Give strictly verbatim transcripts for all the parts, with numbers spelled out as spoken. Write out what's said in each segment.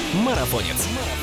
Марафонец.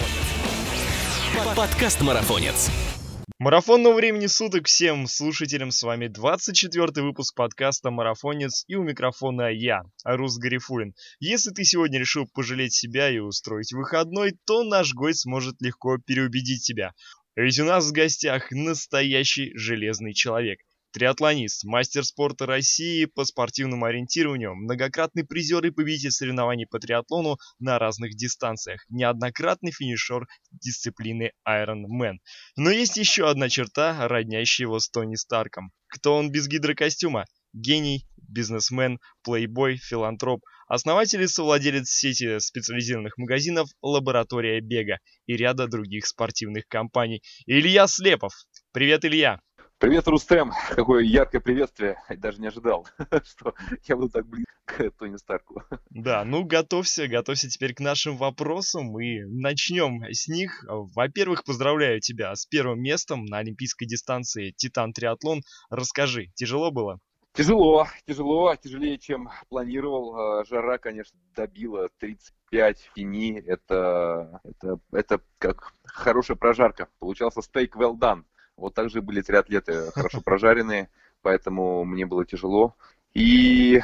Подкаст Марафонец. Марафонного времени суток всем слушателям, с вами двадцать четвёртый выпуск подкаста «Марафонец», и у микрофона я, Арус Гарифуллин. Если ты сегодня решил пожалеть себя и устроить выходной, то наш гость сможет легко переубедить тебя. Ведь у нас в гостях настоящий железный человек. Триатлонист, мастер спорта России по спортивному ориентированию, многократный призер и победитель соревнований по триатлону на разных дистанциях, неоднократный финишер дисциплины Ironman. Но есть еще одна черта, роднящая его с Тони Старком. Кто он без гидрокостюма? Гений, бизнесмен, плейбой, филантроп, основатель и совладелец сети специализированных магазинов «Лаборатория бега» и ряда других спортивных компаний. Илья Слепов. Привет, Илья. Привет, Рустем. Какое яркое приветствие. Я даже не ожидал, что я буду так близко к Тони Старку. Да, ну готовься, готовься теперь к нашим вопросам и начнем с них. Во-первых, поздравляю тебя с первым местом на олимпийской дистанции Титан-триатлон. Расскажи, тяжело было? Тяжело, тяжело, тяжелее, чем планировал. Жара, конечно, добила тридцать пять в тени. Это, это, это как хорошая прожарка. Получался стейк well done. Вот так же были триатлеты хорошо прожаренные, поэтому мне было тяжело. И,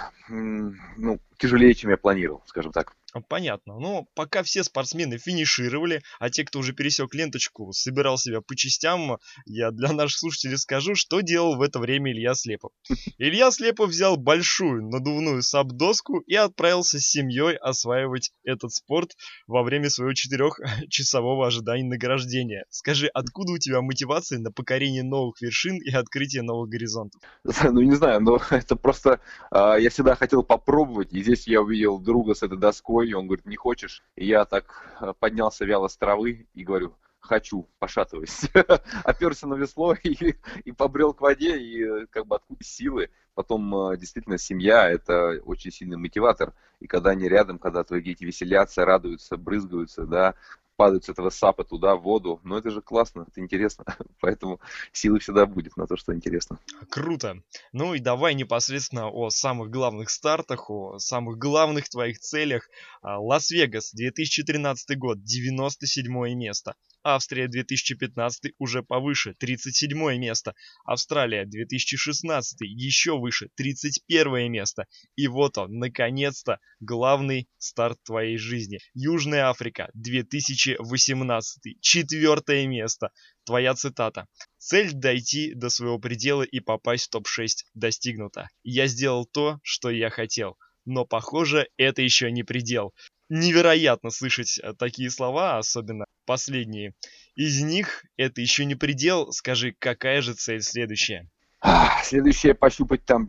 ну, тяжелее, чем я планировал, скажем так. Понятно. Но пока все спортсмены финишировали, а те, кто уже пересек ленточку, собирал себя по частям, я для наших слушателей скажу, что делал в это время Илья Слепов. Илья Слепов взял большую надувную саб-доску и отправился с семьей осваивать этот спорт во время своего четырехчасового ожидания награждения. Скажи, откуда у тебя мотивация на покорение новых вершин и открытие новых горизонтов? Ну, не знаю, но это просто... Я всегда хотел попробовать, и здесь я увидел друга с этой доской, и он говорит, не хочешь? И я так поднялся вяло с травы и говорю, хочу, пошатываясь. Оперся на весло и, и побрел к воде, и как бы откуда силы. Потом действительно семья – это очень сильный мотиватор. И когда они рядом, когда твои дети веселятся, радуются, брызгаются, да, падают с этого сапа туда, в воду. Но это же классно, это интересно. Поэтому силы всегда будет на то, что интересно. Круто. Ну и давай непосредственно о самых главных стартах, о самых главных твоих целях. Лас-Вегас, две тысячи тринадцатый год, девяносто седьмое место. Австрия, две тысячи пятнадцатый, уже повыше, тридцать седьмое место. Австралия, две тысячи шестнадцатый, еще выше, тридцать первое место. И вот он, наконец-то, главный старт твоей жизни. Южная Африка, две тысячи восемнадцатый, четвертое место. Твоя цитата. Цель дойти до своего предела и попасть в топ шесть достигнута. Я сделал то, что я хотел. Но, похоже, это еще не предел. Невероятно слышать такие слова, особенно последние. Из них это еще не предел. Скажи, какая же цель следующая? Следующее пощупать там,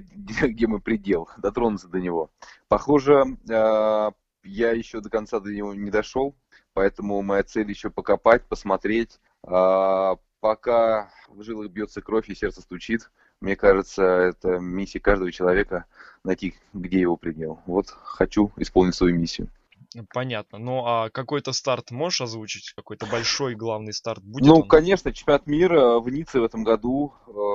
где мы предел, дотронуться до него. Похоже, я еще до конца до него не дошел, поэтому моя цель еще покопать, посмотреть. Пока в жилах бьется кровь и сердце стучит, мне кажется, это миссия каждого человека найти, где его предел. Вот хочу исполнить свою миссию. Понятно. Ну а какой-то старт можешь озвучить? Какой-то большой главный старт будет? Ну, он? Конечно, чемпионат мира в Ницце в этом году.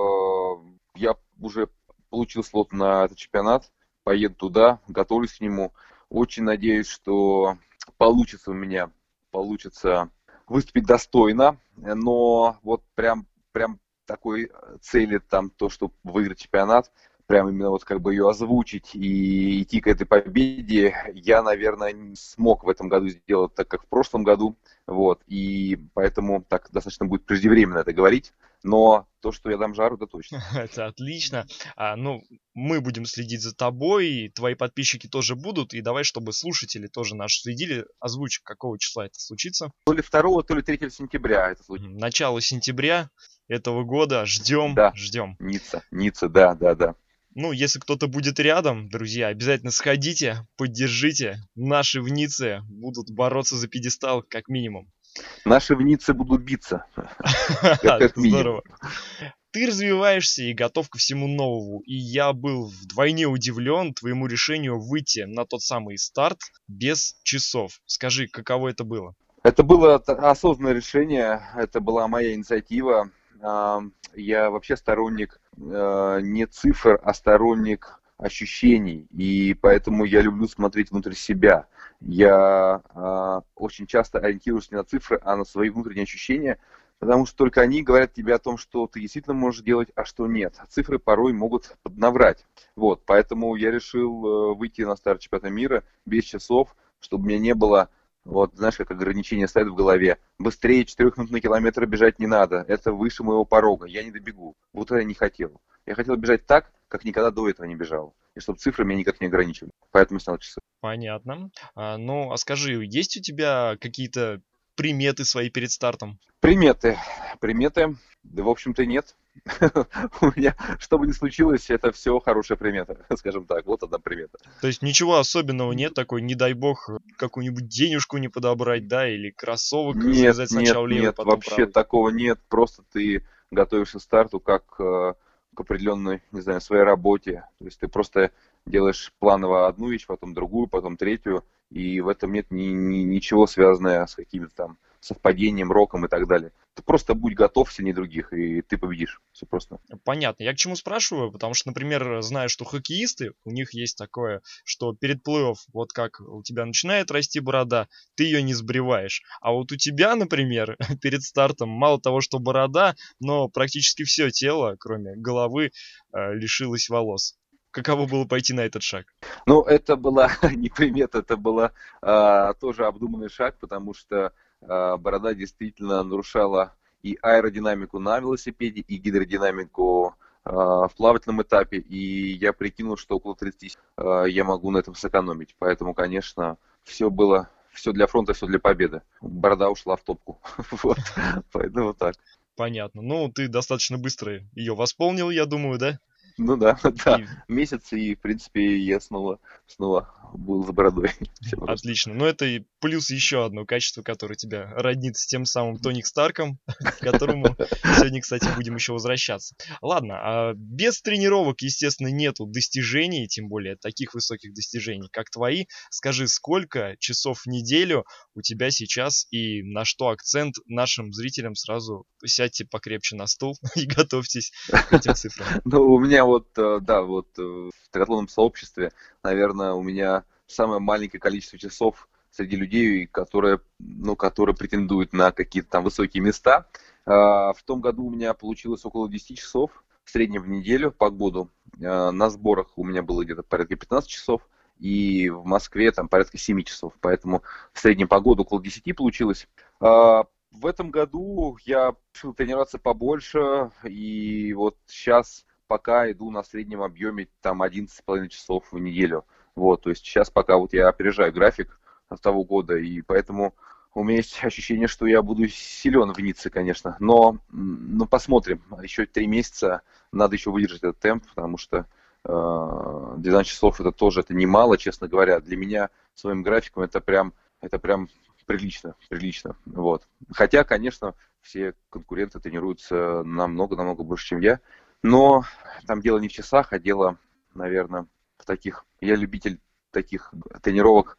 Я уже получил слот на этот чемпионат. Поеду туда, готовлюсь к нему. Очень надеюсь, что получится у меня, получится выступить достойно. Но вот прям, прям такой цели там, то, чтобы выиграть чемпионат, прям именно вот как бы ее озвучить и идти к этой победе, я, наверное, не смог в этом году сделать так, как в прошлом году. Вот, и поэтому так достаточно будет преждевременно это говорить. Но то, что я дам жару, это точно. Это отлично. А, ну, мы будем следить за тобой, и твои подписчики тоже будут. И давай, чтобы слушатели тоже наши следили, озвучь, какого числа это случится. То ли второго, то ли третьего сентября это случится. Начало сентября этого года. Ждем, да. ждем. Ницца, Ницца, да, да, да. Ну, если кто-то будет рядом, друзья, обязательно сходите, поддержите. Наши в Ницце будут бороться за пьедестал как минимум. Наши в Ницце будут биться. Как минимум. Ты развиваешься и готов ко всему новому. И я был вдвойне удивлен твоему решению выйти на тот самый старт без часов. Скажи, каково это было? Это было осознанное решение, это была моя инициатива. Я вообще сторонник не цифр, а сторонник ощущений, и поэтому я люблю смотреть внутрь себя. Я э, очень часто ориентируюсь не на цифры, а на свои внутренние ощущения, потому что только они говорят тебе о том, что ты действительно можешь делать, а что нет. А цифры порой могут поднаврать. Вот, поэтому я решил э, выйти на старт чемпионата мира без часов, чтобы у меня не было, вот, знаешь, как ограничение стоит в голове. Быстрее четырех минут на километр бежать не надо. Это выше моего порога. Я не добегу. Вот это я не хотел. Я хотел бежать так, как никогда до этого не бежал. И чтобы цифры меня никак не ограничивали. Поэтому снял часы. Понятно. А, ну, а скажи, есть у тебя какие-то приметы свои перед стартом? Приметы. Приметы. Да, в общем-то, нет. У меня, что бы ни случилось, это все хорошая примета, скажем так. Вот одна примета. То есть ничего особенного нет такой, не дай бог, э, какую-нибудь денежку не подобрать, да, или кроссовок Нет, завязать нет, сначала левый, нет, потом вообще правый. такого нет. Просто ты готовишься к старту как э, к определенной, не знаю, своей работе. То есть ты просто делаешь планово одну вещь, потом другую, потом третью, и в этом нет ни, ни- ничего связанного с каким-то там совпадением, роком и так далее. Ты просто будь готов сильнее других, и ты победишь. Все просто. Понятно. Я к чему спрашиваю, потому что, например, знаю, что хоккеисты, у них есть такое, что перед плей-офф, вот как у тебя начинает расти борода, ты ее не сбриваешь. А вот у тебя, например, перед стартом мало того, что борода, но практически все тело, кроме головы, э, лишилось волос. Каково было пойти на этот шаг? Ну, это была не примета, это была а, тоже обдуманный шаг, потому что а, борода действительно нарушала и аэродинамику на велосипеде, и гидродинамику а, в плавательном этапе, и я прикинул, что около тридцати а, я могу на этом сэкономить. Поэтому, конечно, все было, все для фронта, все для победы. Борода ушла в топку. Вот, поэтому так. Понятно. Ну, ты достаточно быстро ее восполнил, я думаю, да? Ну да, да, И месяц, и, в принципе, я снова, снова был с бородой. Все просто. отлично. Но это и плюс еще одно качество, которое тебя роднит с тем самым Тони Старком, к которому сегодня, кстати, будем еще возвращаться. Ладно, а без тренировок, естественно, нету достижений, тем более таких высоких достижений, как твои. Скажи, сколько часов в неделю у тебя сейчас и на что акцент нашим зрителям? Сразу сядьте покрепче на стул и готовьтесь к этим цифрам. Ну, у меня вот, э, да, вот э, в триатлонном сообществе, наверное, у меня самое маленькое количество часов среди людей, которые, ну, которые претендуют на какие-то там высокие места. А, В том году у меня получилось около десяти часов в среднем в неделю по году. А, На сборах у меня было где-то порядка пятнадцати часов, и в Москве там порядка семи часов. Поэтому в среднем по году около десяти получилось. А, В этом году я решил тренироваться побольше, и вот сейчас пока иду на среднем объеме там одиннадцать с половиной часов в неделю. Вот, то есть сейчас пока вот я опережаю график от того года, и поэтому у меня есть ощущение, что я буду силен в Ницце, конечно. Но, м, ну, посмотрим. Еще три месяца надо еще выдержать этот темп, потому что э, двенадцать часов это тоже это немало, честно говоря. Для меня своим графиком это прям, это прям прилично, прилично. Вот. Хотя, конечно, все конкуренты тренируются намного-намного больше, чем я. Но там дело не в часах, а дело, наверное, в таких... Я любитель таких тренировок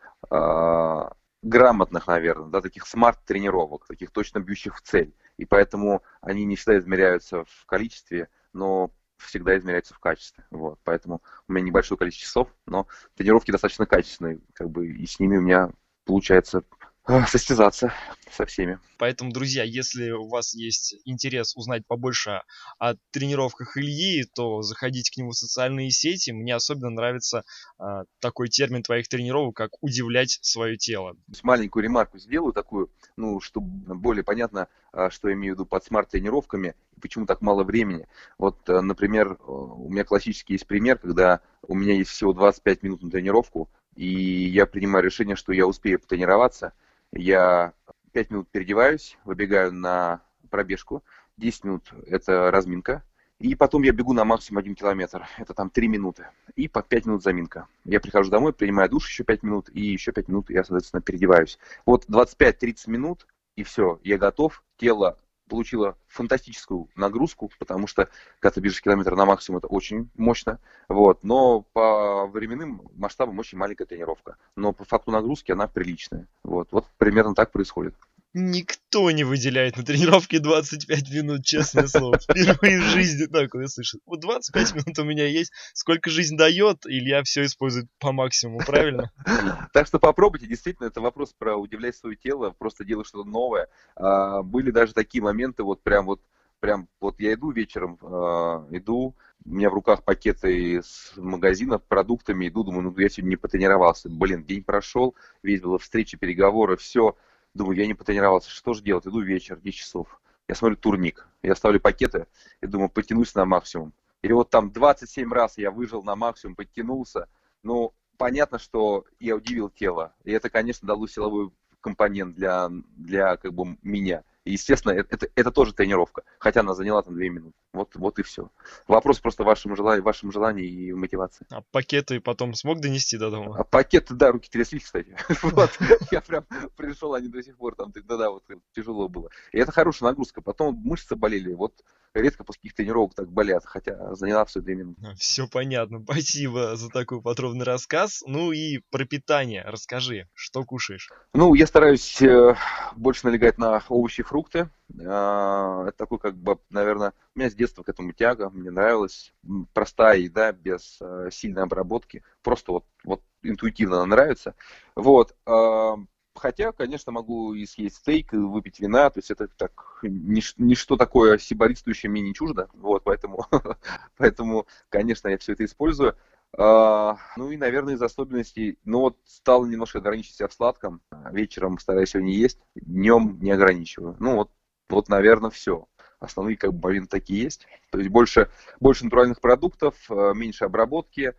а, грамотных, наверное, да, таких смарт-тренировок, таких точно бьющих в цель. И поэтому они не всегда измеряются в количестве, но всегда измеряются в качестве. Вот. Поэтому у меня небольшое количество часов, но тренировки достаточно качественные, как бы, и с ними у меня получается а, состязаться со всеми. Поэтому, друзья, если у вас есть интерес узнать побольше о тренировках Ильи, то заходите к нему в социальные сети. Мне особенно нравится а, такой термин твоих тренировок, как удивлять свое тело. Маленькую ремарку сделаю такую, ну, чтобы более понятно, а, что я имею в виду под смарт-тренировками, и почему так мало времени. Вот, э, например, э, у меня классический есть пример, когда у меня есть всего двадцать пять минут на тренировку, и я принимаю решение, что я успею потренироваться. Я пять минут переодеваюсь, выбегаю на пробежку, десять минут это разминка, и потом я бегу на максимум один километр, это там три минуты, и по пять минут заминка. Я прихожу домой, принимаю душ еще пять минут, и еще пять минут я, соответственно, переодеваюсь. Вот двадцать пять тридцать минут, и все, я готов, тело получило фантастическую нагрузку, потому что когда ты бежишь километр на максимум, это очень мощно, вот, но по временным масштабам очень маленькая тренировка, но по факту нагрузки она приличная, вот, вот примерно так происходит. Никто не выделяет на тренировке двадцать пять минут, честное слово. Впервые в жизни такое слышу. Вот двадцать пять минут у меня есть. Сколько жизнь дает, Илья все использует по максимуму, правильно? Так что попробуйте, действительно, это вопрос про удивлять свое тело, просто делать что-то новое. А, были даже такие моменты, вот прям вот, прям вот я иду вечером, а, иду, у меня в руках пакеты из магазина с продуктами, иду, думаю, ну я сегодня не потренировался. Блин, день прошел, весь было встречи, переговоры, все. Думаю, я не потренировался, что же делать? Иду вечер, десять часов. Я смотрю турник, я ставлю пакеты и думаю, потянусь на максимум. И вот там двадцать семь раз я выжил на максимум, подтянулся. Ну, понятно, что я удивил тело. И это, конечно, дало силовой компонент для, для как бы, меня. И, естественно, это, это, это тоже тренировка. Хотя она заняла там две минуты. Вот, вот и все. Вопрос просто в вашем желании, вашем желании и мотивации. А пакеты потом смог донести до дома? А пакеты, да, руки тряслись, кстати. Вот, я прям пришел, они до сих пор там, да-да, вот тяжело было. И это хорошая нагрузка. Потом мышцы болели. Вот редко после таких тренировок так болят, хотя заняла все две минуты. Все понятно. Спасибо за такой подробный рассказ. Ну и про питание расскажи, что кушаешь? Ну, я стараюсь э, больше налегать на овощи и фрукты. А, это такой, как бы, наверное, у меня с детства к этому тяга. Мне нравилась м, простая еда без э, сильной обработки. Просто вот, вот интуитивно она нравится. Вот. а, Хотя, конечно, могу и съесть стейк, и выпить вина. То есть это так нич- ничто такое сиборитствующее мне не чуждо. Вот, поэтому, поэтому, конечно, я все это использую. А, ну и, наверное, из особенностей, ну вот стал немножко ограничивать себя в сладком. Вечером стараюсь его не есть, днем не ограничиваю. Ну вот, вот, наверное, все. Основные как бы моменты такие есть. То есть больше, больше натуральных продуктов, э, меньше обработки.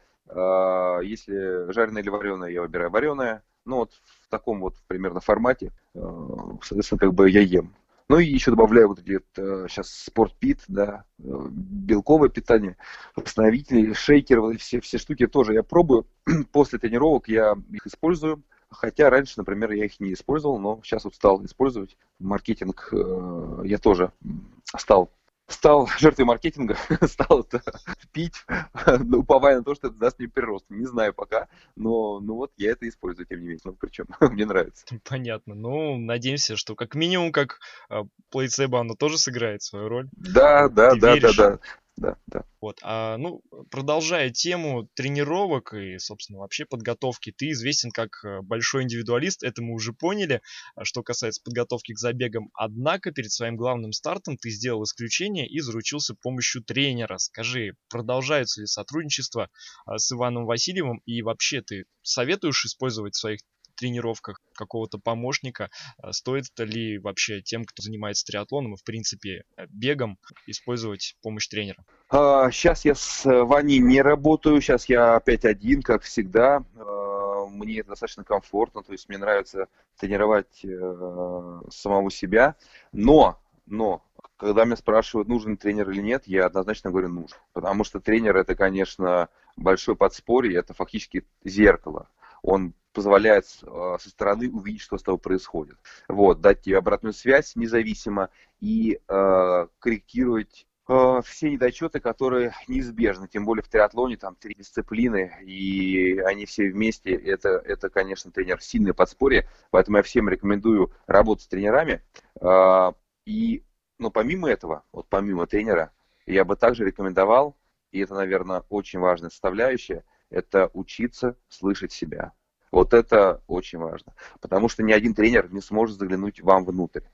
А, Если жареное или вареное, я выбираю вареное. Ну вот в таком вот примерно формате, э, соответственно, как бы я ем. Ну и еще добавляю вот эти э, сейчас спортпит, да, э, белковое питание, восстановители, шейкеры, вот эти все, все штуки тоже я пробую. После тренировок я их использую. Хотя раньше, например, я их не использовал, но сейчас вот стал использовать. Маркетинг э, я тоже стал стал жертвой маркетинга, стал это пить, ну, уповая на то, что это даст мне прирост. Не знаю пока, но ну вот я это использую, тем не менее. Ну, причем мне нравится. Понятно. Ну, надеемся, что как минимум, как а, плацебо, оно тоже сыграет свою роль. Да, Вот, да, ты да, да, веришь? да, да, да. Вот, а, ну, продолжая тему тренировок и, собственно, вообще подготовки, ты известен как э, большой индивидуалист, это мы уже поняли, а что касается подготовки к забегам. Однако перед своим главным стартом ты сделал исключение и заручился помощью тренера. Скажи, продолжается ли сотрудничество а, с Иваном Васильевым и вообще ты советуешь использовать в своих тренировках какого-то помощника? А Стоит ли вообще тем, кто занимается триатлоном и, в принципе, э, бегом, использовать помощь тренера? А, Сейчас я с э, Ваней не работаю, сейчас я опять один, как всегда. А, Мне это достаточно комфортно, то есть мне нравится тренировать э, самого себя. Но, но, когда меня спрашивают, нужен тренер или нет, я однозначно говорю нужен. Потому что тренер это, конечно, большое подспорье, это фактически зеркало. Он позволяет э, со стороны увидеть, что с тобой происходит. Вот, дать тебе обратную связь независимо и э, корректировать э, все недочеты, которые неизбежны, тем более в триатлоне, там три дисциплины, и они все вместе, это, это, конечно, тренер сильное подспорье, поэтому я всем рекомендую работать с тренерами. Э, и, но помимо этого, вот помимо тренера, я бы также рекомендовал, и это, наверное, очень важная составляющая, это учиться слышать себя. Вот это очень важно, потому что ни один тренер не сможет заглянуть вам внутрь.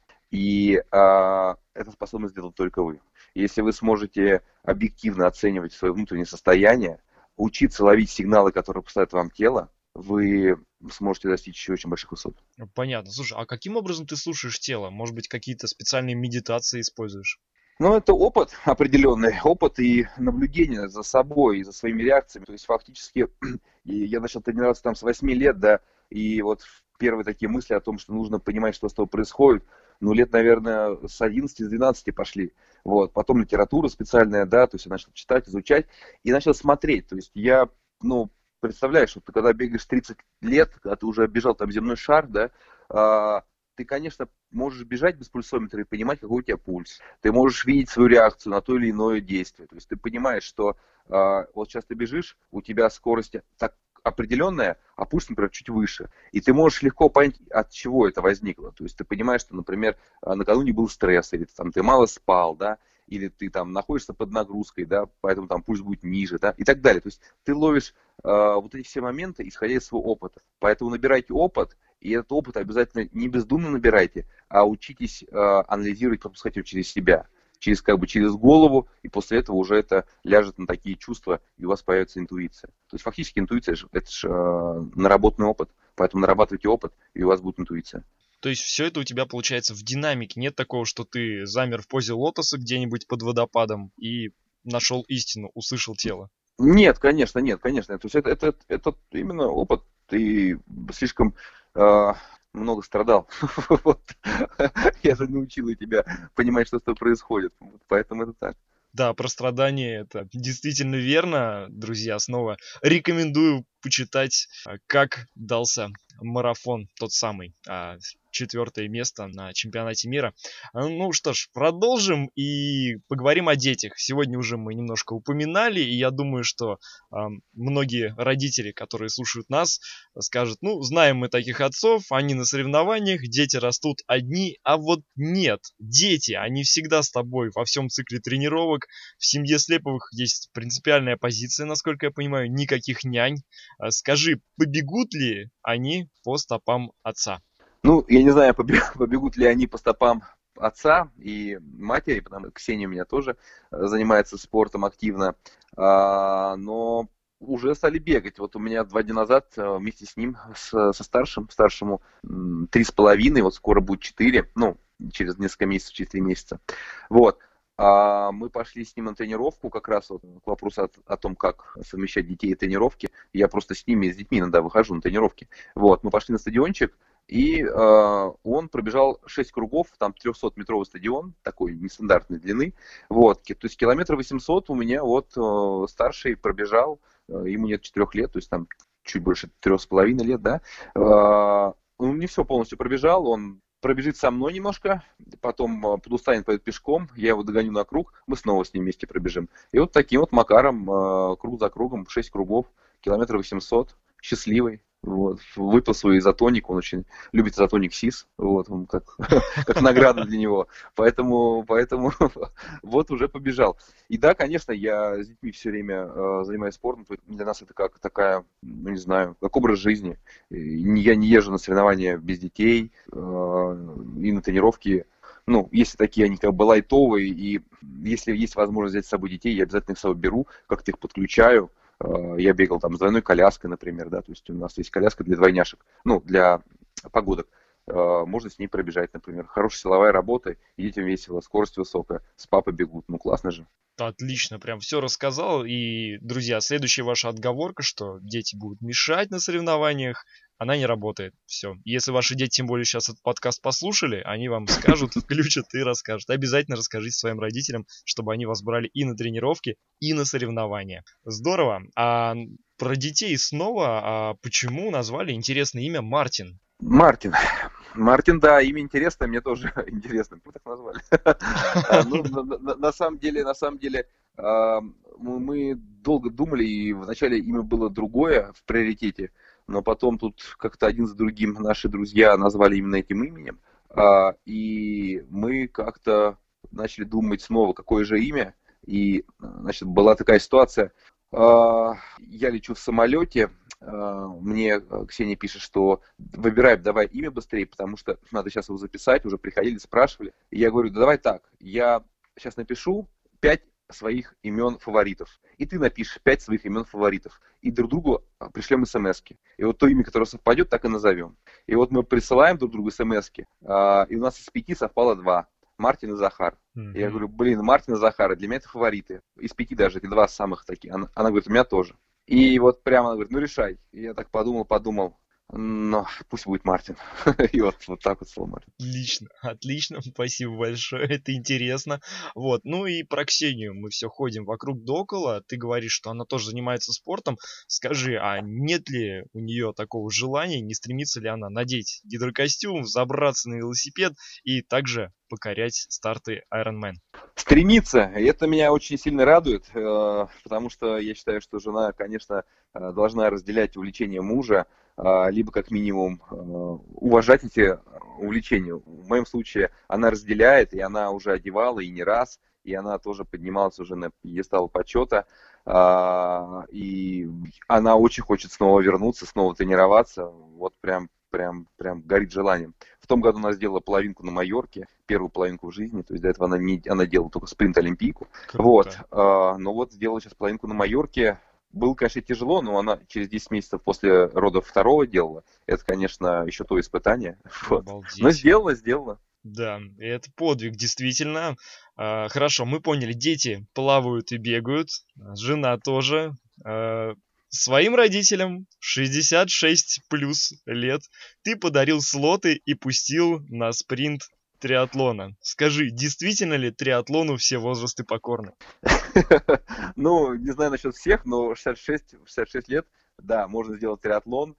И а, это способны сделать только вы. Если вы сможете объективно оценивать свое внутреннее состояние, учиться ловить сигналы, которые посылает вам тело, вы сможете достичь еще очень больших высот. Ну, понятно. Слушай, а каким образом ты слушаешь тело? Может быть, какие-то специальные медитации используешь? Ну, это опыт определенный, опыт и наблюдение за собой и за своими реакциями. То есть фактически и я начал тренироваться там с восьми лет, да, и вот первые такие мысли о том, что нужно понимать, что с тобой происходит, ну, лет, наверное, с одиннадцати, с двенадцати пошли. Вот, потом литература специальная, да, то есть я начал читать, изучать и начал смотреть. То есть я, ну, представляешь, что ты когда бегаешь тридцать лет, когда ты уже оббежал там земной шар, да, а, ты, конечно, можешь бежать без пульсометра и понимать, какой у тебя пульс. Ты можешь видеть свою реакцию на то или иное действие. То есть ты понимаешь, что э, вот сейчас ты бежишь, у тебя скорость так, определенная, а пульс, например, чуть выше. И ты можешь легко понять, от чего это возникло. То есть ты понимаешь, что, например, накануне был стресс, или там, ты мало спал, да, или ты там находишься под нагрузкой, да, поэтому там пульс будет ниже, да, и так далее. То есть ты ловишь э, вот эти все моменты, исходя из своего опыта. Поэтому набирайте опыт, и этот опыт обязательно не бездумно набирайте, а учитесь э, анализировать, пропускать его через себя, через как бы через голову, и после этого уже это ляжет на такие чувства, и у вас появится интуиция. То есть фактически интуиция это же э, наработанный опыт, поэтому нарабатывайте опыт, и у вас будет интуиция. То есть все это у тебя получается в динамике. Нет такого, что ты замер в позе лотоса где-нибудь под водопадом и нашел истину, услышал тело. Нет, конечно, нет, конечно. То есть это, это, это именно опыт. Ты слишком э, много страдал. Вот. Я же научила тебя понимать, что с тобой происходит. Вот поэтому это так. Да, про страдания это действительно верно, друзья. Снова рекомендую почитать, как дался марафон, тот самый, четвертое место на чемпионате мира. Ну что ж, продолжим и поговорим о детях. Сегодня уже мы немножко упоминали, и я думаю, что э, многие родители, которые слушают нас, скажут: ну, знаем мы таких отцов, они на соревнованиях, дети растут одни, а вот нет, дети, они всегда с тобой во всем цикле тренировок. В семье Слеповых есть принципиальная позиция, насколько я понимаю, никаких нянь. Скажи, побегут ли они по стопам отца? Ну, я не знаю, побегут ли они по стопам отца и матери, потому что Ксения у меня тоже занимается спортом активно, но уже стали бегать. Вот у меня два дня назад вместе с ним, с, со старшим, старшему три с половиной, вот скоро будет четыре, ну, через несколько месяцев, через три месяца. Вот. А мы пошли с ним на тренировку, как раз вот к вопросу о, о том, как совмещать детей и тренировки. Я просто с ними, с детьми иногда выхожу на тренировки. Вот, мы пошли на стадиончик, и э, он пробежал шесть кругов, там трехсотметровый стадион, такой нестандартной длины. Вот, то есть километр восемьсот у меня вот э, старший пробежал, э, ему нет четырех лет, то есть там чуть больше трех с половиной лет, да. Э, он не все полностью пробежал, он пробежит со мной немножко, потом подустанет, пойдет пешком, я его догоню на круг, мы снова с ним вместе пробежим. И вот таким вот макаром, круг за кругом, шесть кругов, километр восемьсот, счастливый. Вот. Выпил свой изотоник, он очень любит изотоник СИС, вот, он как, как награда для него. Поэтому, поэтому вот уже побежал. И да, конечно, я с детьми все время э, занимаюсь спортом. Для нас это как такая, ну не знаю, как образ жизни. И я не езжу на соревнования без детей, э, и на тренировки. Ну, если такие они как бы лайтовые, и если есть возможность взять с собой детей, я обязательно их с собой беру, как-то их подключаю. Я бегал там с двойной коляской, например, да, то есть у нас есть коляска для двойняшек, ну, для погодок. Можно с ней пробежать, например. Хорошая силовая работа, и детям весело, скорость высокая, с папой бегут, ну, классно же. Отлично, прям все рассказал. И, друзья, следующая ваша отговорка, что дети будут мешать на соревнованиях, она не работает. Все. Если ваши дети, тем более, сейчас этот подкаст послушали, они вам скажут, включат и расскажут. Обязательно расскажите своим родителям, чтобы они вас брали и на тренировки, и на соревнования. Здорово. А про детей снова, а почему назвали интересное имя Мартин? Мартин. Мартин, да, имя интересное, мне тоже интересно. Мы так назвали. Ну, на самом деле, на самом деле, мы долго думали, и вначале имя было другое в приоритете, но потом тут как-то один за другим наши друзья назвали именно этим именем, и мы как-то начали думать снова, какое же имя, и, значит, была такая ситуация. Я лечу в самолете, мне Ксения пишет, что выбирай давай имя быстрее, потому что надо сейчас его записать, уже приходили, спрашивали. И я говорю, да давай так, я сейчас напишу пять своих имен фаворитов, и ты напишешь пять своих имен фаворитов, и друг другу пришлем смс-ки. И вот то имя, которое совпадет, так и назовем. И вот мы присылаем друг другу смс-ки, и у нас из пяти совпало два. Мартин и Захар. Mm-hmm. Я говорю, блин, Мартин и Захар, для меня это фавориты. Из пяти даже, это два самых таких. Она, она говорит, у меня тоже. И вот прямо она говорит, ну решай. И я так подумал, подумал. Но пусть будет Мартин. И вот, вот так вот стал Мартин. Отлично, отлично, спасибо большое, это интересно. Вот, ну и про Ксению мы все ходим вокруг да около. Ты говоришь, что она тоже занимается спортом. Скажи, а нет ли у нее такого желания, не стремится ли она надеть гидрокостюм, забраться на велосипед и также покорять старты Ironman? Стремится, и это меня очень сильно радует, э, потому что я считаю, что жена, конечно, э, должна разделять увлечения мужа, э, либо как минимум э, уважать эти увлечения. В моем случае она разделяет, и она уже одевала, и не раз, и она тоже поднималась уже на пьедестал почета, а, и она очень хочет снова вернуться, снова тренироваться, вот прям, прям, прям горит желанием. В том году она сделала половинку на Майорке, первую половинку в жизни, то есть до этого она, не, она делала только спринт-олимпийку. Вот, Круто. э, но вот сделала сейчас половинку на Майорке. Было, конечно, тяжело, но она через десять месяцев после родов второго делала. Это, конечно, еще то испытание. Вот. Но Обалдеть. сделала, сделала. Да, и это подвиг, действительно. А, хорошо, мы поняли, дети плавают и бегают, а, жена тоже. А, своим родителям шестьдесят шесть плюс лет ты подарил слоты и пустил на спринт триатлона. Скажи, действительно ли триатлону все возрасты покорны? Ну, не знаю насчет всех, но шестьдесят шесть, шестьдесят шесть лет, да, можно сделать триатлон.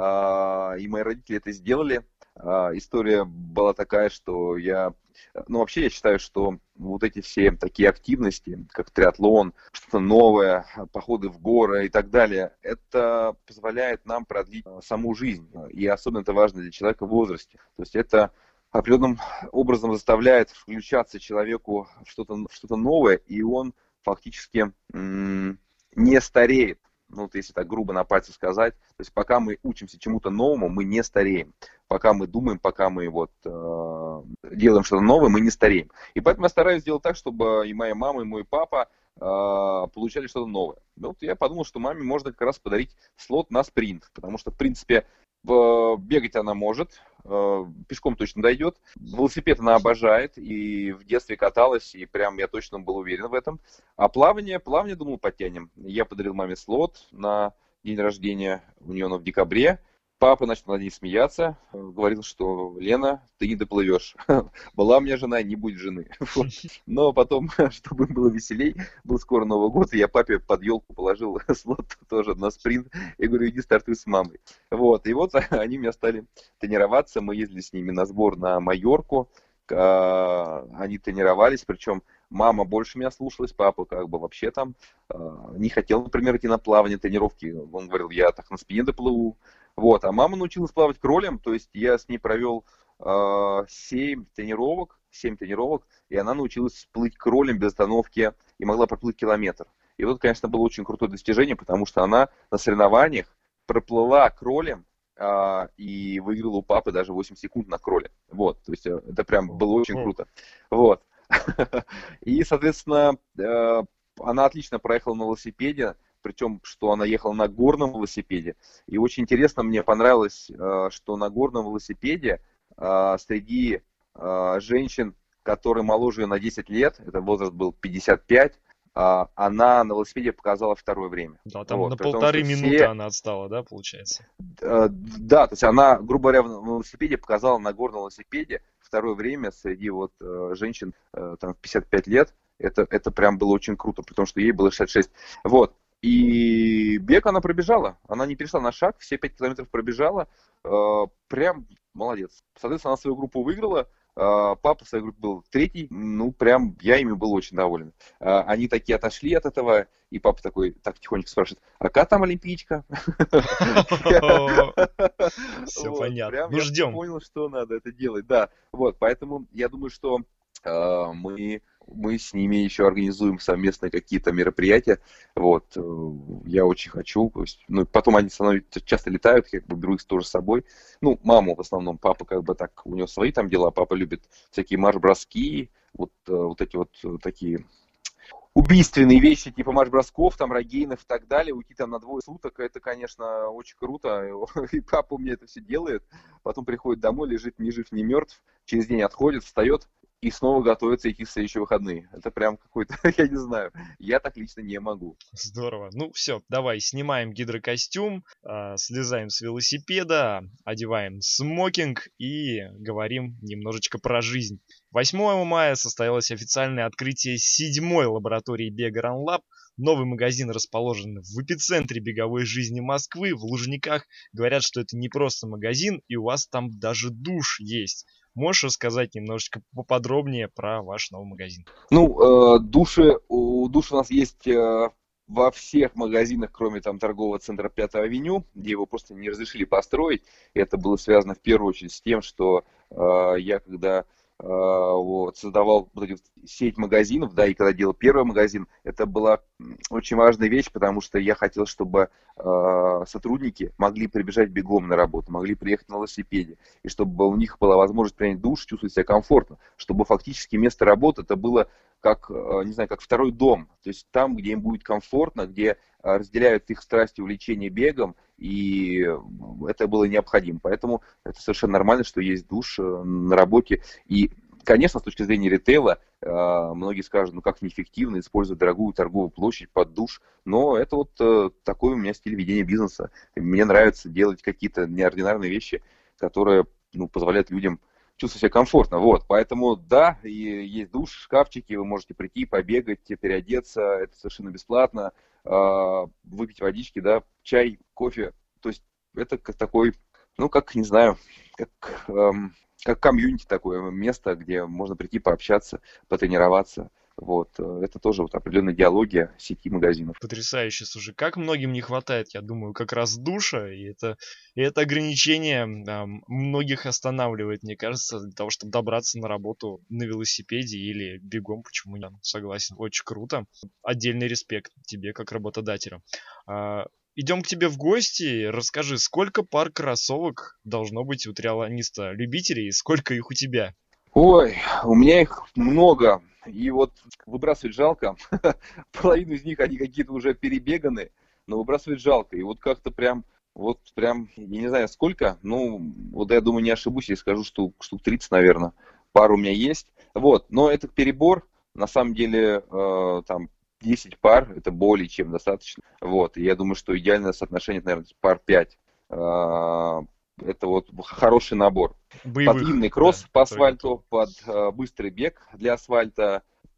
А, И мои родители это сделали. А, История была такая, что я... Ну, вообще, я считаю, что вот эти все такие активности, как триатлон, что-то новое, походы в горы и так далее, это позволяет нам продлить а, саму жизнь. И особенно это важно для человека в возрасте. То есть это определенным образом заставляет включаться человеку в что-то в что-то новое, и он фактически м, не стареет. Ну, вот если так грубо на пальце сказать. То есть пока мы учимся чему-то новому, мы не стареем. Пока мы думаем, пока мы вот э, делаем что-то новое, мы не стареем. И поэтому я стараюсь сделать так, чтобы и моя мама, и мой папа э, получали что-то новое. Ну, вот я подумал, что маме можно как раз подарить слот на спринт. Потому что, в принципе, э, бегать она может, э, пешком точно дойдет. Велосипед она обожает, и в детстве каталась, и прям я точно был уверен в этом. А плавание, плавание, думал, подтянем. Я подарил маме слот на день рождения, у нее оно в декабре. Папа начал над ней смеяться, э, говорил, что Лена, ты не доплывешь. Была у меня жена, не будет жены. Вот. Но потом, чтобы было веселей, был скоро Новый год, и я папе под елку положил слот тоже на спринт. Я говорю, иди стартуй с мамой. Вот. И вот они у меня стали тренироваться. Мы ездили с ними на сбор на Майорку. А, Они тренировались, причем мама больше меня слушалась, папа как бы вообще там а, не хотел, например, идти на плавание, тренировки. Он говорил, я так на спине доплыву. Вот. А мама научилась плавать кролем, то есть я с ней провел а, семь тренировок, семь тренировок, и она научилась плыть кролем без остановки и могла проплыть километр. И вот, конечно, было очень крутое достижение, потому что она на соревнованиях проплыла кролем а, и выиграла у папы даже восемь секунд на кроле. Вот, то есть э, это прям было очень Ого. круто. Вот. И, соответственно, э, она отлично проехала на велосипеде, причем, что она ехала на горном велосипеде. И очень интересно, мне понравилось, э, что на горном велосипеде э, среди э, женщин, которые моложе ее на десять лет, это возраст был пятьдесят пять, а, она на велосипеде показала второе время. Да, там Вот, на при том, что полторы минуты все она отстала, да, получается? Э, Да, то есть она, грубо говоря, в велосипеде показала на горном велосипеде второе время среди вот э, женщин э, там в пятьдесят пять лет. Это, это прям было очень круто, потому что ей было шестьдесят шесть. Вот. И бег она пробежала. Она не перешла на шаг, все пять километров пробежала. Э, Прям молодец. Соответственно, она свою группу выиграла. Э, Папа в своей группе был третий. Ну, прям я ими был очень доволен. Э, Они такие отошли от этого, и папа такой так тихонько спрашивает, а как там Олимпийчка? Все Вот, понятно. прям Ну, я ждем. понял, что надо это делать, да. Вот, поэтому я думаю, что э, мы, мы с ними еще организуем совместные какие-то мероприятия. Вот, э, я очень хочу. То есть, ну, потом они со мной часто летают, я как бы беру их тоже с собой. Ну, маму в основном, папа как бы так, у него свои там дела, папа любит всякие марш-броски, вот, э, вот эти вот э, такие убийственные вещи, типа марш-бросков, там, рогейнов и так далее, уйти там на двое суток, это, конечно, очень круто, и папа у меня это все делает, потом приходит домой, лежит ни жив, ни мертв, через день отходит, встает и снова готовиться идти в следующие выходные. Это прям какой-то, я не знаю, я так лично не могу. Здорово. Ну все, давай, снимаем гидрокостюм, а, слезаем с велосипеда, одеваем смокинг и говорим немножечко про жизнь. восьмого мая состоялось официальное открытие седьмой лаборатории бега RunLab. Новый магазин расположен в эпицентре беговой жизни Москвы, в Лужниках. Говорят, что это не просто магазин, и у вас там даже душ есть. Можешь рассказать немножечко поподробнее про ваш новый магазин? Ну, э, души, у душ у нас есть э, во всех магазинах, кроме там торгового центра Пятой авеню, где его просто не разрешили построить. Это было связано в первую очередь с тем, что э, я когда э, вот, создавал вот эту сеть магазинов, да, и когда делал первый магазин, это была очень важная вещь, потому что я хотел, чтобы э, сотрудники могли прибежать бегом на работу, могли приехать на велосипеде, и чтобы у них была возможность принять душ, чувствовать себя комфортно, чтобы фактически место работы это было как, не знаю, как второй дом, то есть там, где им будет комфортно, где разделяют их страсть и увлечение бегом, и это было необходимо. Поэтому это совершенно нормально, что есть душ на работе. И, конечно, с точки зрения ритейла, многие скажут, ну как неэффективно использовать дорогую торговую площадь под душ, но это вот такой у меня стиль ведения бизнеса. Мне нравится делать какие-то неординарные вещи, которые, ну, позволяют людям чувствовать себя комфортно. Вот, поэтому да, и есть душ, шкафчики, вы можете прийти, побегать, переодеться, это совершенно бесплатно, выпить водички, да, чай, кофе. То есть это как такой, ну как, не знаю, как, эм, как комьюнити такое место, где можно прийти пообщаться, потренироваться. Вот, это тоже вот определенная идеология сети магазинов. Потрясающе, слушай, как многим не хватает, я думаю, как раз душа, и это, и это ограничение а, многих останавливает, мне кажется, для того, чтобы добраться на работу на велосипеде или бегом, почему не, согласен, очень круто. Отдельный респект тебе как работодателю. А, идем к тебе в гости, расскажи, сколько пар кроссовок должно быть у триатлониста-любителей, и сколько их у тебя? Ой, у меня их много, и вот выбрасывать жалко. Половину из них, они какие-то уже перебеганы, но выбрасывать жалко. И вот как-то прям, вот прям, я не знаю сколько, ну, вот я думаю, не ошибусь, если скажу, что штук тридцать, наверное, пар у меня есть. Вот, но это перебор, на самом деле, э, там, десять пар, это более чем достаточно. Вот, и я думаю, что идеальное соотношение, наверное, пар пять. Это вот хороший набор. Под Боевых, длинный да, кросс по которые асфальту, под э, быстрый бег для асфальта,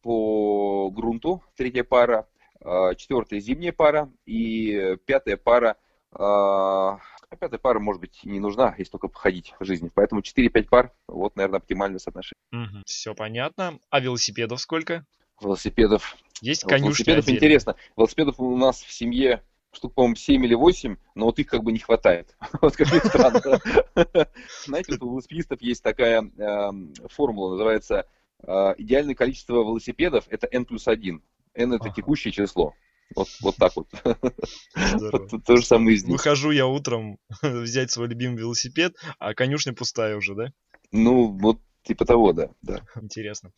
по грунту третья пара, э, четвертая зимняя пара и пятая пара. Э, а пятая пара, может быть, не нужна, если только походить в жизни. Поэтому четыре-пять пар, вот, наверное, оптимальное соотношение. Угу. Все понятно. А велосипедов сколько? Велосипедов. Есть Вот конюшни велосипедов отдельные. интересно. Велосипедов у нас в семье штук, по-моему, семь или восемь, но вот их как бы не хватает. Вот как ни странно. Знаете, вот у велосипедистов есть такая э, формула, называется э, идеальное количество велосипедов это эн плюс один. N это Ага. текущее число. Вот, вот так вот. Здорово. Вот То то же есть там самое и здесь. выхожу я утром взять свой любимый велосипед, а конюшня пустая уже, да? Ну, вот типа того, да, да. Интересно.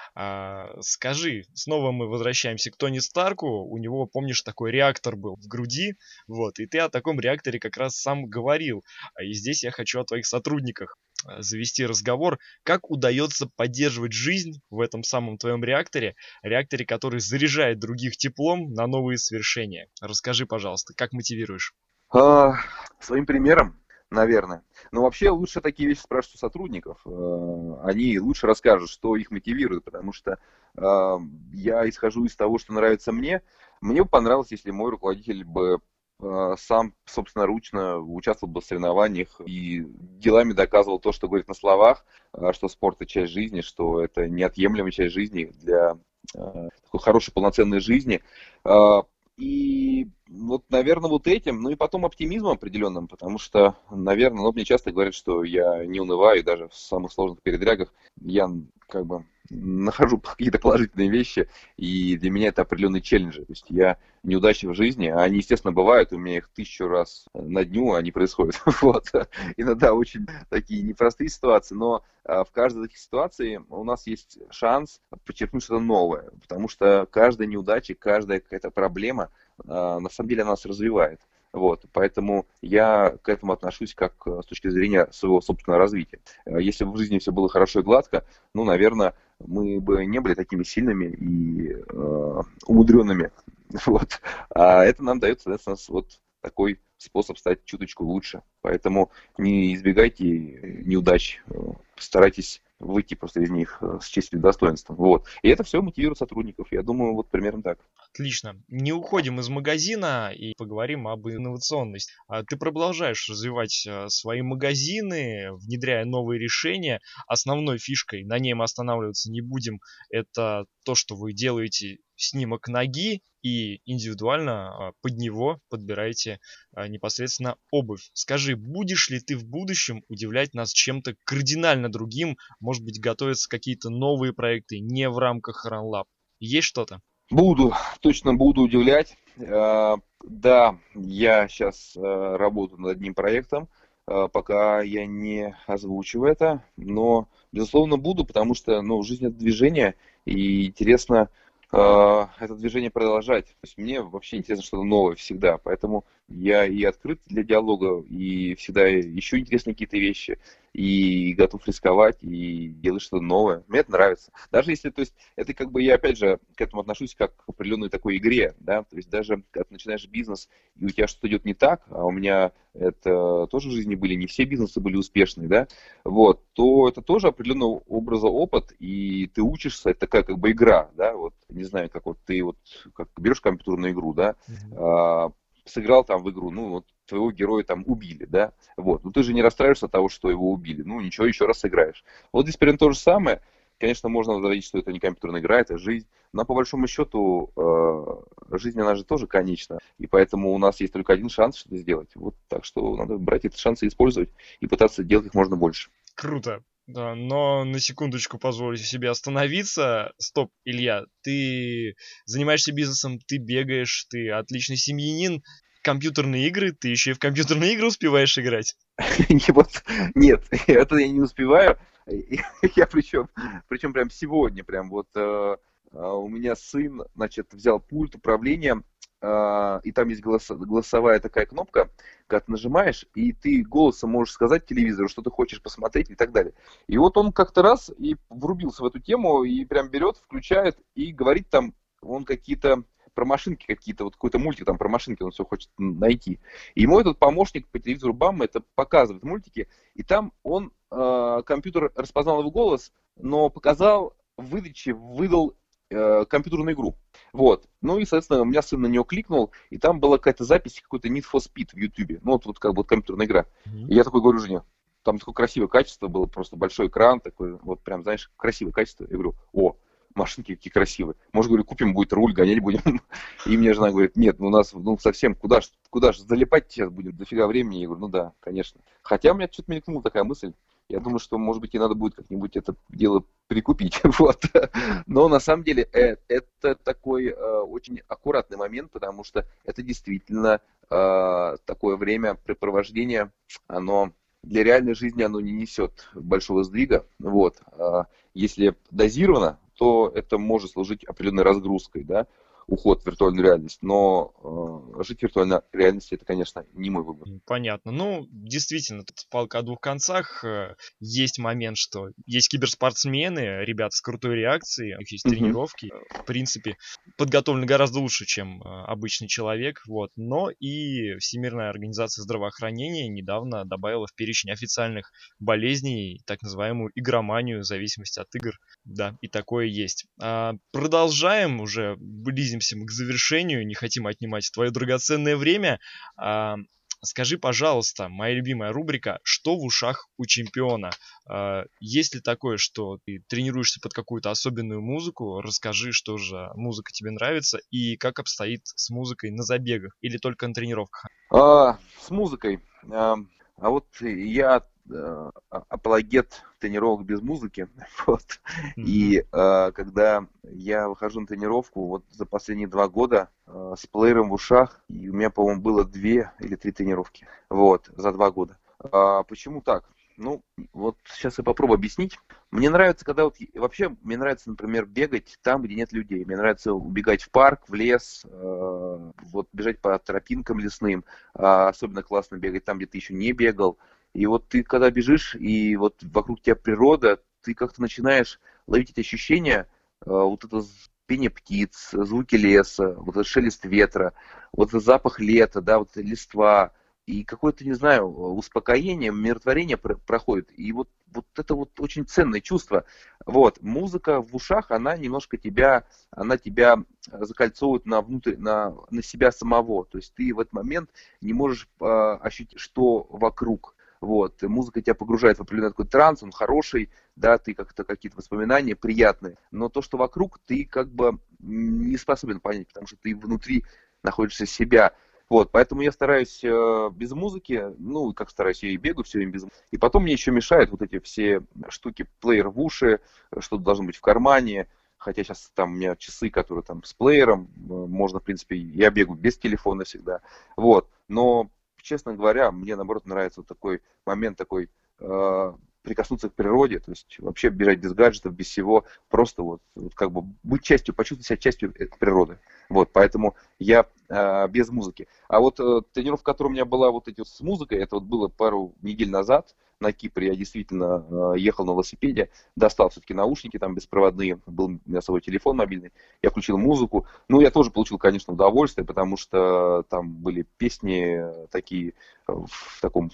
А, скажи, снова мы возвращаемся к Тони Старку. У него, помнишь, такой реактор был в груди, вот, и ты о таком реакторе как раз сам говорил. А И здесь я хочу о твоих сотрудниках а, завести разговор. Как удается поддерживать жизнь в этом самом твоем реакторе, реакторе, который заряжает других теплом на новые свершения? Расскажи, пожалуйста, как мотивируешь? А, своим примером, наверное. Но вообще лучше такие вещи спрашивать у сотрудников. Э, Они лучше расскажут, что их мотивирует, потому что э, я исхожу из того, что нравится мне. Мне бы понравилось, если мой руководитель бы э, сам собственноручно участвовал бы в соревнованиях и делами доказывал то, что говорит на словах, э, что спорт это часть жизни, что это неотъемлемая часть жизни для э, такой хорошей полноценной жизни. Э, И вот, наверное, вот этим, ну и потом оптимизмом определенным, потому что, наверное, ну, мне часто говорят, что я не унываю, и даже в самых сложных передрягах я как бы нахожу какие-то положительные вещи, и для меня это определенные челленджи. То есть я неудачи в жизни, а они, естественно, бывают, у меня их тысячу раз на дню они происходят. Вот. Иногда очень такие непростые ситуации, но а, в каждой из этих ситуаций у нас есть шанс подчеркнуть что-то новое, потому что каждая неудача, каждая какая-то проблема, а, на самом деле она нас развивает. Вот, поэтому я к этому отношусь как э, с точки зрения своего собственного развития. Э, Если бы в жизни все было хорошо и гладко, ну, наверное, мы бы не были такими сильными и э, умудренными. Вот. А это нам дает, соответственно, вот такой способ стать чуточку лучше. Поэтому не избегайте неудач, э, старайтесь выйти просто из них э, с честью и достоинством. Вот. И это все мотивирует сотрудников. Я думаю, вот примерно так. Отлично. Не уходим из магазина и поговорим об инновационности. А Ты продолжаешь развивать э, свои магазины, внедряя новые решения. Основной фишкой, на ней мы останавливаться не будем, это то, что вы делаете снимок ноги и индивидуально а, под него подбираете а, непосредственно обувь. Скажи, будешь ли ты в будущем удивлять нас чем-то кардинально другим? Может быть, готовятся какие-то новые проекты не в рамках RunLab? Есть что-то? Буду, точно буду удивлять. Э, Да, я сейчас работаю над одним проектом, э, пока я не озвучиваю это, но, безусловно, буду, потому что, ну, жизнь это движение, и интересно э, это движение продолжать. То есть мне вообще интересно что-то новое всегда, поэтому я и открыт для диалога, и всегда ищу интересные какие-то вещи, и готов рисковать, и делать что-то новое. Мне это нравится. Даже если, то есть, это как бы я опять же к этому отношусь как к определенной такой игре, да, то есть даже когда ты начинаешь бизнес, и у тебя что-то идет не так, а у меня это тоже в жизни были, не все бизнесы были успешные, да, вот, то это тоже определенного образа опыт, и ты учишься, это такая как бы игра, да, вот, не знаю, как вот ты вот, как берешь компьютерную игру, да, Мгм. а, сыграл там в игру, ну, вот твоего героя там убили, да, вот, ну ты же не расстраиваешься от того, что его убили, ну ничего, еще раз сыграешь. Вот здесь примерно то же самое. Конечно, можно говорить, что это не компьютерная игра, это жизнь. Но по большому счету, э, жизнь, она же тоже конечна. И поэтому у нас есть только один шанс что-то сделать. Вот так что надо брать эти шансы, использовать и пытаться делать их можно больше. Круто. Да, но на секундочку позволю себе остановиться. Стоп, Илья, ты занимаешься бизнесом, ты бегаешь, ты отличный семьянин. Компьютерные игры, ты еще и в компьютерные игры успеваешь играть. И вот, нет, это я не успеваю. Я причем, причем прям сегодня, прям вот э, э, у меня сын, значит, взял пульт управления, э, и там есть голос- голосовая такая кнопка, когда ты нажимаешь, и ты голосом можешь сказать телевизору, что ты хочешь посмотреть и так далее. И вот он как-то раз и врубился в эту тему, и прям берет, включает и говорит там, он какие-то про машинки какие-то, вот какой-то мультик там про машинки он все хочет найти. И ему этот помощник по телевизору Бамма это показывает мультики, и там он, э, компьютер распознал его голос, но показал в выдаче, выдал э, компьютерную игру. Вот. Ну и, соответственно, у меня сын на нее кликнул, и там была какая-то запись какой-то Need for Speed в Ютубе. Ну, вот, вот как бы вот компьютерная игра. Мгм. И я такой говорю жене, там такое красивое качество было, просто большой экран такой, вот прям, знаешь, красивое качество. Я говорю, о, машинки какие красивые. Может, говорю, купим, будет руль, гонять будем. И мне жена говорит, нет, ну у нас ну, совсем, куда ж, куда ж залипать сейчас будем, дофига времени. Я говорю, ну да, конечно. Хотя у меня что-то мелькнула такая мысль. Я думаю, что, может быть, и надо будет как-нибудь это дело прикупить. Вот. Но на самом деле э, это такой э, очень аккуратный момент, потому что это действительно э, такое времяпрепровождение, оно для реальной жизни оно не несет большого сдвига. Вот. А если дозировано, то это может служить определенной разгрузкой, да, уход в виртуальную реальность. Но э, жить в виртуальной реальности это, конечно, не мой выбор. М, Понятно. Ну, действительно, тут палка о двух концах. Э, Есть момент, что есть киберспортсмены, ребята с крутой реакцией, у них есть Мгм. тренировки. э, В принципе, подготовлены гораздо лучше, чем э, обычный человек. Вот. Но и Всемирная организация здравоохранения недавно добавила в перечень официальных болезней так называемую игроманию, зависимость от игр. Да, и такое есть. А, Продолжаем, уже близимся мы к завершению, не хотим отнимать твое драгоценное время. А, Скажи, пожалуйста, моя любимая рубрика «Что в ушах у чемпиона?». А, Есть ли такое, что ты тренируешься под какую-то особенную музыку? Расскажи, что же музыка тебе нравится и как обстоит с музыкой на забегах или только на тренировках? А, с музыкой. А, а вот я э, а- апологет тренировок без музыки. Вот. Мгм. И э, когда я выхожу на тренировку, вот за последние два года э, с плеером в ушах, и у меня, по-моему, было две или три тренировки. Вот, за два года. А, почему так? Ну, вот сейчас я попробую объяснить. Мне нравится, когда вот и- вообще мне нравится, например, бегать там, где нет людей. Мне нравится убегать в парк, в лес, э, вот бежать по тропинкам лесным. А особенно классно бегать там, где ты еще не бегал. И вот ты когда бежишь, и вот вокруг тебя природа, ты как-то начинаешь ловить эти ощущения, э, вот это з- пение птиц, звуки леса, вот этот шелест ветра, вот этот запах лета, да, вот эта листва, и какое-то, не знаю, успокоение, умиротворение про- проходит. И вот, вот это вот очень ценное чувство. Вот, музыка в ушах, она немножко тебя, она тебя закольцовывает на, внутрь, на, на себя самого. То есть ты в этот момент не можешь э, ощутить, что вокруг. Вот, и музыка тебя погружает в определенный такой транс, он хороший, да, ты как-то какие-то воспоминания приятные, но то, что вокруг, ты как бы не способен понять, потому что ты внутри находишься себя. Вот, поэтому я стараюсь э, без музыки, ну, как стараюсь, я и бегаю все время без музыки. И потом мне еще мешают вот эти все штуки, плеер в уши, э, что-то должно быть в кармане. Хотя сейчас там у меня часы, которые там с плеером, э, можно, в принципе, я бегаю без телефона всегда. Вот, но, честно говоря, мне, наоборот, нравится вот такой момент, такой э, прикоснуться к природе, то есть вообще бежать без гаджетов, без всего, просто вот, вот как бы быть частью, почувствовать себя частью этой природы. Вот, поэтому я э, без музыки. А вот э, тренировка, которая у меня была вот эти вот с музыкой, это вот было пару недель назад на Кипре. Я действительно э, ехал на велосипеде, достал все-таки наушники там беспроводные, был у меня с собой телефон мобильный, я включил музыку. Ну, я тоже получил, конечно, удовольствие, потому что там были песни такие э, в таком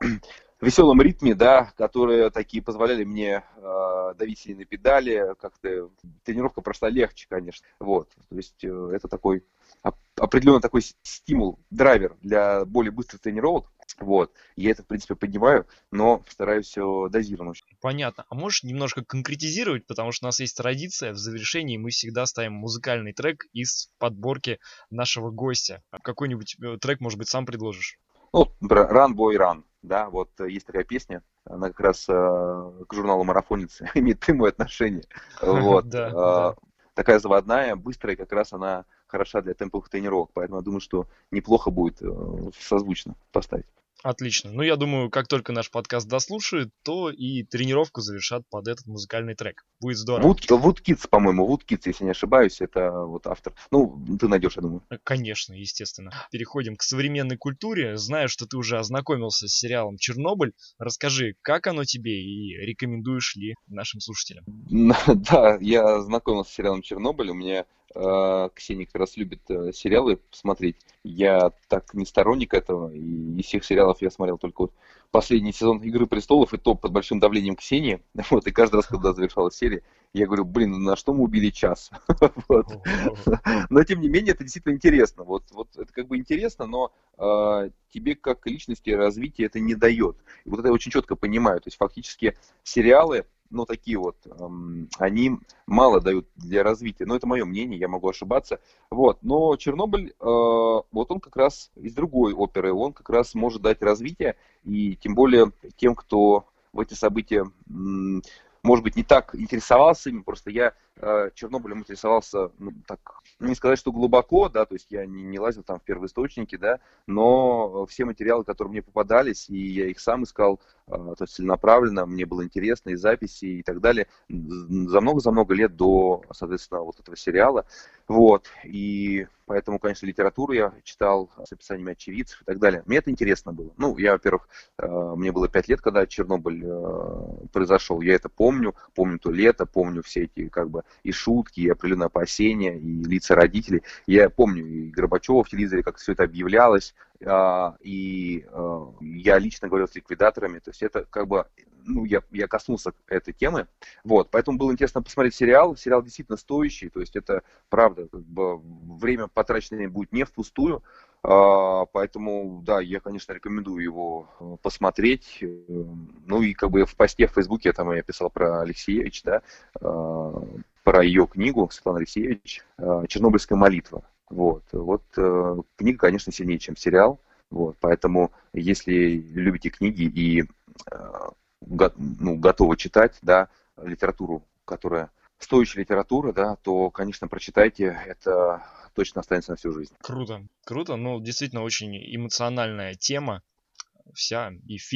веселом ритме, да, которые такие позволяли мне э, давить сильно на педали, как-то тренировка прошла легче, конечно. Вот, то есть э, это такой определенный такой стимул, драйвер для более быстрых тренировок. Вот. Я это, в принципе, поднимаю, но стараюсь все дозированно. Понятно. А можешь немножко конкретизировать, потому что у нас есть традиция, в завершении мы всегда ставим музыкальный трек из подборки нашего гостя. Какой-нибудь э, трек, может быть, сам предложишь? Ну, например, Run Boy Run, да, вот э, есть такая песня, она как раз э, к журналу «Марафонец» имеет прямое отношение. Вот. Да, э, да. такая заводная, быстрая, как раз она хороша для темповых тренировок, поэтому я думаю, что неплохо будет э, созвучно поставить. Отлично. Ну, я думаю, как только наш подкаст дослушают, то и тренировку завершат под этот музыкальный трек. Будет здорово. Вуд, Вудкидс, по-моему, Вудкидс, если не ошибаюсь, это вот автор. Ну, ты найдешь, я думаю. Э, Конечно, естественно. Переходим к современной культуре. Знаю, что ты уже ознакомился с сериалом «Чернобыль». Расскажи, как оно тебе и рекомендуешь ли нашим слушателям? Да, я знакомился с сериалом «Чернобыль». У меня э, Ксения как раз любит э, сериалы смотреть. Я так не сторонник этого. И из всех сериалов я смотрел только вот последний сезон «Игры престолов», и то под большим давлением Ксении. Вот, и каждый раз, когда завершалась серия, я говорю, блин, ну на что мы убили час? Вот. Ого. Но, тем не менее, это действительно интересно. Вот, вот это как бы интересно, но э, тебе как личности развития это не дает. И вот это я очень четко понимаю. То есть фактически сериалы, ну, такие вот, эм, они мало дают для развития. Но это мое мнение, я могу ошибаться. Вот. Но Чернобыль, э, вот он как раз из другой оперы, он как раз может дать развитие, и тем более тем, кто в эти события, м, может быть, не так интересовался ими, просто я э, Чернобылем интересовался, ну, так, не сказать, что глубоко, да, то есть я не, не лазил там в первоисточники, да, но все материалы, которые мне попадались, и я их сам искал, э, то есть целенаправленно, мне было интересно, и записи, и так далее, за много-за много лет до, соответственно, вот этого сериала, вот, и поэтому, конечно, литературу я читал с описаниями очевидцев и так далее. Мне это интересно было. Ну, я, во-первых, э, мне было пять лет, когда Чернобыль э, произошел, я это помню, помню то лето, помню все эти, как бы, и шутки, и определенные опасения, и лица родителей. Я помню и Горбачева в телевизоре, как все это объявлялось, а, и а, я лично говорил с ликвидаторами, то есть это как бы, ну, я, я коснулся этой темы, вот, поэтому было интересно посмотреть сериал, сериал действительно стоящий, то есть это правда, как бы время потраченное будет не впустую, а, поэтому, да, я, конечно, рекомендую его э, посмотреть, э, ну, и как бы в посте в Фейсбуке там я писал про Алексеевич, да, а, про ее книгу Светланы Алексеевич э, «Чернобыльская молитва». Вот, вот э, книга, конечно, сильнее, чем сериал. Вот, поэтому, если любите книги и э, го- ну, готовы читать, да, литературу, которая стоящая литература, да, то, конечно, прочитайте, это точно останется на всю жизнь. Круто, круто. Ну, действительно, очень эмоциональная тема вся, и фильм.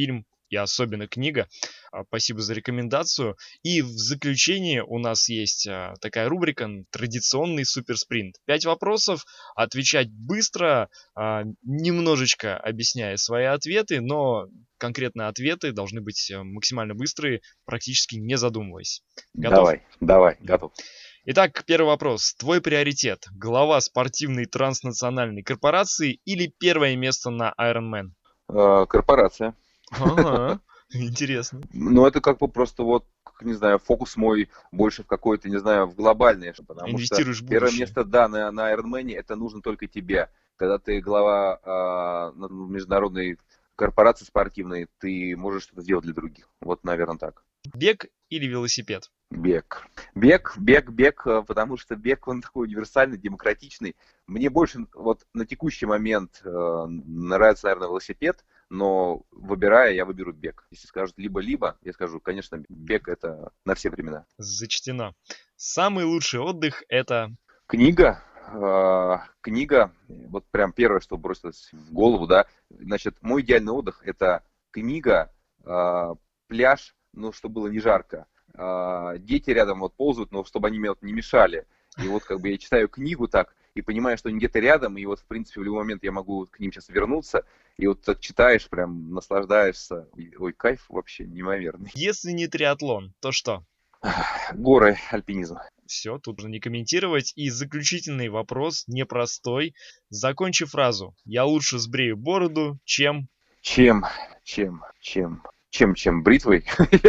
и особенно книга. Спасибо за рекомендацию. И в заключение у нас есть такая рубрика «Традиционный суперспринт». Пять вопросов, отвечать быстро, немножечко объясняя свои ответы, но конкретно ответы должны быть максимально быстрые, практически не задумываясь. Готов? Давай, давай, готов. Итак, первый вопрос. Твой приоритет: глава спортивной транснациональной корпорации или первое место на Ironman? Э, корпорация. Ага, интересно. Ну, это как бы просто вот, не знаю, фокус мой больше в какой-то, не знаю, в глобальное. Потому Инвестируешь что в первое будущее. место, да, на, на Ironman это нужно только тебе. Когда ты глава э, международной корпорации спортивной, ты можешь что-то сделать для других. Вот, наверное, так. Бег или велосипед? Бег. Бег, бег, бег, потому что бег, он такой универсальный, демократичный. Мне больше вот на текущий момент э, нравится, наверное, велосипед, но выбирая, я выберу бег. Если скажут либо-либо, я скажу, конечно, бег это на все времена. Зачтено. Самый лучший отдых — это... Книга. Э, книга, вот прям первое, что бросилось в голову, да. Значит, мой идеальный отдых это книга, э, пляж, ну, чтобы было не жарко. Дети рядом вот ползают, но чтобы они мне вот не мешали. И вот как бы я читаю книгу так и понимаю, что они где-то рядом, и вот в принципе в любой момент я могу к ним сейчас вернуться, и вот так читаешь, прям наслаждаешься. Ой, кайф вообще неимоверный. Если не триатлон, то что? Горы, альпинизм. Все, тут уже не комментировать. И заключительный вопрос, непростой. Закончи фразу. Я лучше сбрею бороду, чем... Чем, чем, чем... Чем, чем бритвой?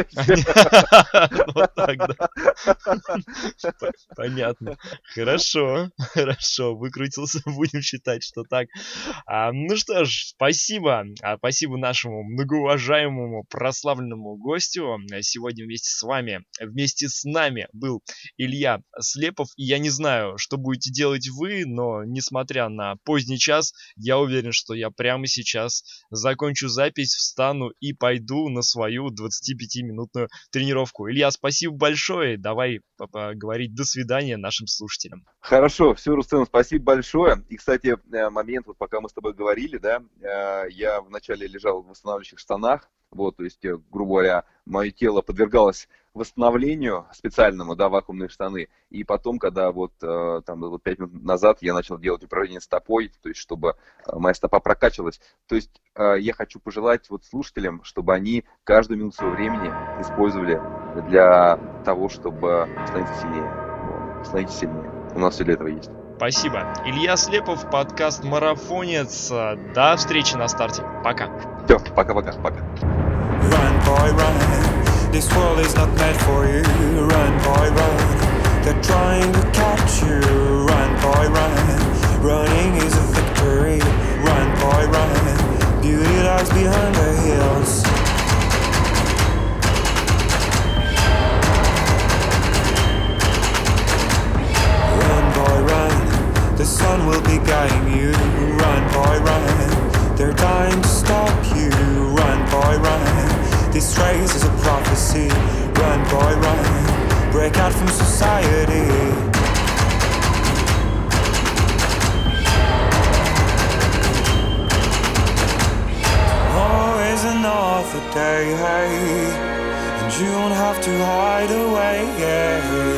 Вот так, да. Понятно. Хорошо, хорошо, выкрутился, будем считать, что так. А, ну что ж, спасибо. А, спасибо нашему многоуважаемому, прославленному гостю. Сегодня вместе с вами, вместе с нами был Илья Слепов. И я не знаю, что будете делать вы, но несмотря на поздний час, я уверен, что я прямо сейчас закончу запись, встану и пойду на свою двадцатипятиминутную тренировку. Илья, спасибо большое. Давай поговорить до свидания нашим слушателям. Хорошо, все, Рустем, спасибо большое. И, кстати, момент, вот пока мы с тобой говорили, да, я вначале лежал в восстанавливающих штанах, вот, то есть, грубо говоря, мое тело подвергалось восстановлению специальному, да, вакуумные штаны, и потом, когда вот там вот пять минут назад я начал делать упражнения стопой, то есть, чтобы моя стопа прокачивалась, то есть, я хочу пожелать вот слушателям, чтобы они каждую минуту своего времени использовали для того, чтобы становиться сильнее. Вот, становитесь сильнее. У нас все для этого есть. Спасибо. Илья Слепов, подкаст «Марафонец». До встречи на старте. Пока. Все, пока-пока. Пока. Run, boy, run. This world is not meant for you. Run, boy, run. They're trying to catch you. Run, boy, run. Running is a victory. Run, boy, run. Beauty lies behind the hills. Run, boy, run. The sun will be guiding you. Run, boy, run. They're dying to stop you. Run, boy, run. This race is a prophecy. Run, boy, run. Break out from society. Always another day, hey, and you don't have to hide away, yeah.